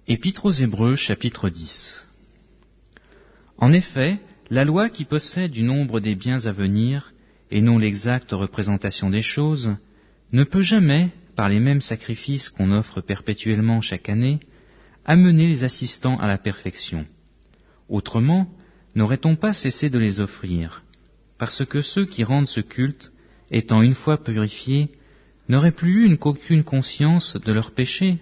Épître aux Hébreux, chapitre 10. En effet, la loi qui possède du nombre des biens à venir, et non l'exacte représentation des choses, ne peut jamais, par les mêmes sacrifices qu'on offre perpétuellement chaque année, amener les assistants à la perfection. Autrement, n'aurait-on pas cessé de les offrir, parce que ceux qui rendent ce culte, étant une fois purifiés, n'auraient plus eu aucune conscience de leurs péchés.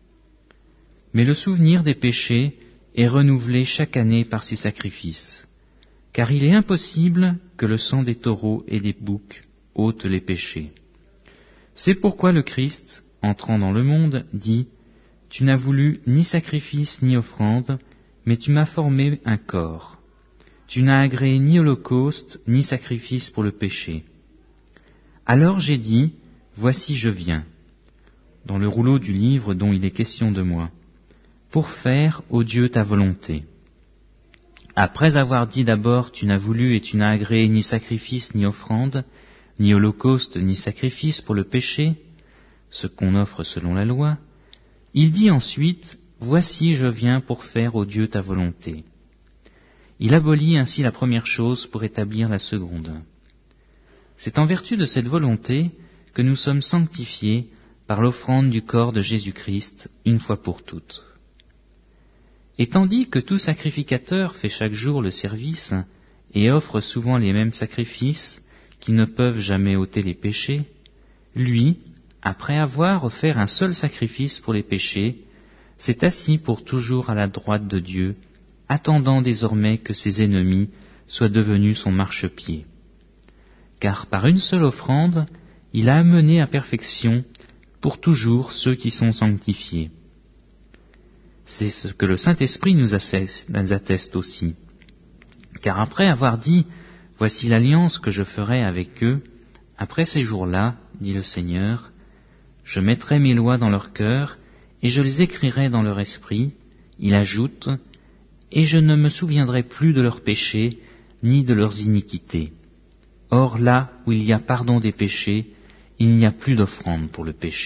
Mais le souvenir des péchés est renouvelé chaque année par ces sacrifices, car il est impossible que le sang des taureaux et des boucs ôte les péchés. C'est pourquoi le Christ, entrant dans le monde, dit « Tu n'as voulu ni sacrifice ni offrande, mais tu m'as formé un corps. Tu n'as agréé ni holocauste ni sacrifice pour le péché. Alors j'ai dit « Voici je viens » dans le rouleau du livre dont il est question de moi, pour faire, ô Dieu, ta volonté. Après avoir dit d'abord, tu n'as voulu et tu n'as agréé ni sacrifice ni offrande, ni holocauste ni sacrifice pour le péché, ce qu'on offre selon la loi, il dit ensuite, voici je viens pour faire, ô Dieu, ta volonté. Il abolit ainsi la première chose pour établir la seconde. C'est en vertu de cette volonté que nous sommes sanctifiés par l'offrande du corps de Jésus-Christ une fois pour toutes. Et tandis que tout sacrificateur fait chaque jour le service et offre souvent les mêmes sacrifices qui ne peuvent jamais ôter les péchés, lui, après avoir offert un seul sacrifice pour les péchés, s'est assis pour toujours à la droite de Dieu, attendant désormais que ses ennemis soient devenus son marchepied. Car par une seule offrande, il a amené à perfection pour toujours ceux qui sont sanctifiés. C'est ce que le Saint-Esprit nous atteste aussi. Car après avoir dit « Voici l'alliance que je ferai avec eux, après ces jours-là, dit le Seigneur, je mettrai mes lois dans leur cœur et je les écrirai dans leur esprit, il ajoute, et je ne me souviendrai plus de leurs péchés ni de leurs iniquités. Or là où il y a pardon des péchés, il n'y a plus d'offrande pour le péché. »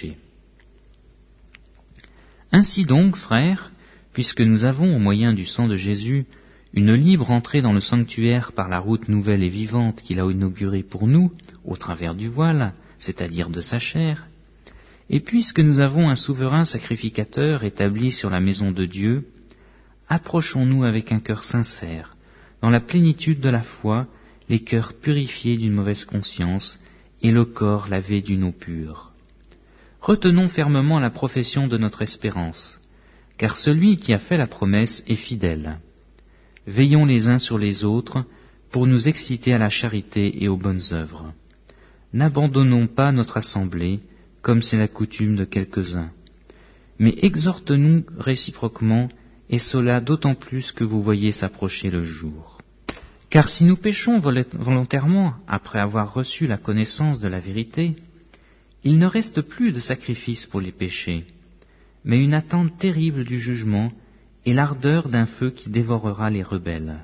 Ainsi donc, frères, puisque nous avons, au moyen du sang de Jésus, une libre entrée dans le sanctuaire par la route nouvelle et vivante qu'il a inaugurée pour nous, au travers du voile, c'est-à-dire de sa chair, et puisque nous avons un souverain sacrificateur établi sur la maison de Dieu, approchons-nous avec un cœur sincère, dans la plénitude de la foi, les cœurs purifiés d'une mauvaise conscience et le corps lavé d'une eau pure. Retenons fermement la profession de notre espérance, car celui qui a fait la promesse est fidèle. Veillons les uns sur les autres pour nous exciter à la charité et aux bonnes œuvres. N'abandonnons pas notre assemblée, comme c'est la coutume de quelques-uns, mais exhortons-nous réciproquement, et cela d'autant plus que vous voyez s'approcher le jour. Car si nous péchons volontairement après avoir reçu la connaissance de la vérité, il ne reste plus de sacrifice pour les péchés, mais une attente terrible du jugement et l'ardeur d'un feu qui dévorera les rebelles.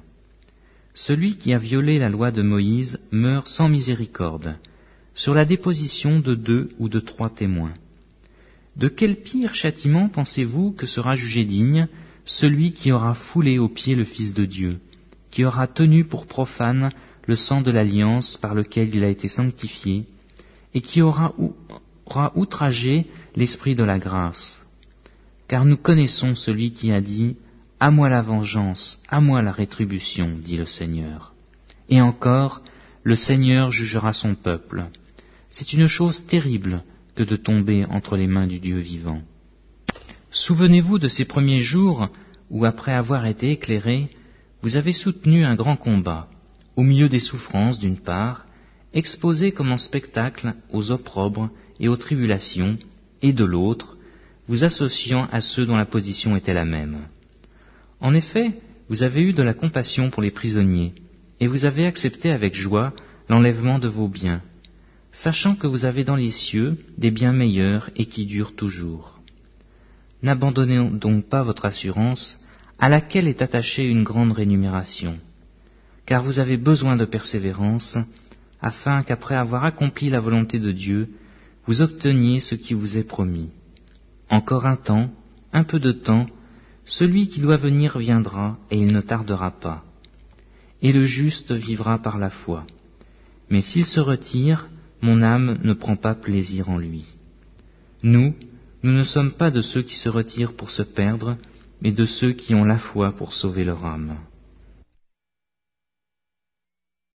Celui qui a violé la loi de Moïse meurt sans miséricorde, sur la déposition de 2 ou de 3 témoins. De quel pire châtiment pensez-vous que sera jugé digne celui qui aura foulé aux pieds le Fils de Dieu, qui aura tenu pour profane le sang de l'alliance par lequel il a été sanctifié, et qui aura outragé l'Esprit de la grâce? Car nous connaissons celui qui a dit « À moi la vengeance, à moi la rétribution, dit le Seigneur. » Et encore, le Seigneur jugera son peuple. C'est une chose terrible que de tomber entre les mains du Dieu vivant. Souvenez-vous de ces premiers jours où, après avoir été éclairés, vous avez soutenu un grand combat, au milieu des souffrances d'une part, exposés comme en spectacle aux opprobres et aux tribulations, et de l'autre, vous associant à ceux dont la position était la même. En effet, vous avez eu de la compassion pour les prisonniers, et vous avez accepté avec joie l'enlèvement de vos biens, sachant que vous avez dans les cieux des biens meilleurs et qui durent toujours. N'abandonnez donc pas votre assurance, à laquelle est attachée une grande rémunération, car vous avez besoin de persévérance, afin qu'après avoir accompli la volonté de Dieu, vous obteniez ce qui vous est promis. Encore un temps, un peu de temps, celui qui doit venir viendra, et il ne tardera pas. Et le juste vivra par la foi. Mais s'il se retire, mon âme ne prend pas plaisir en lui. Nous ne sommes pas de ceux qui se retirent pour se perdre, mais de ceux qui ont la foi pour sauver leur âme.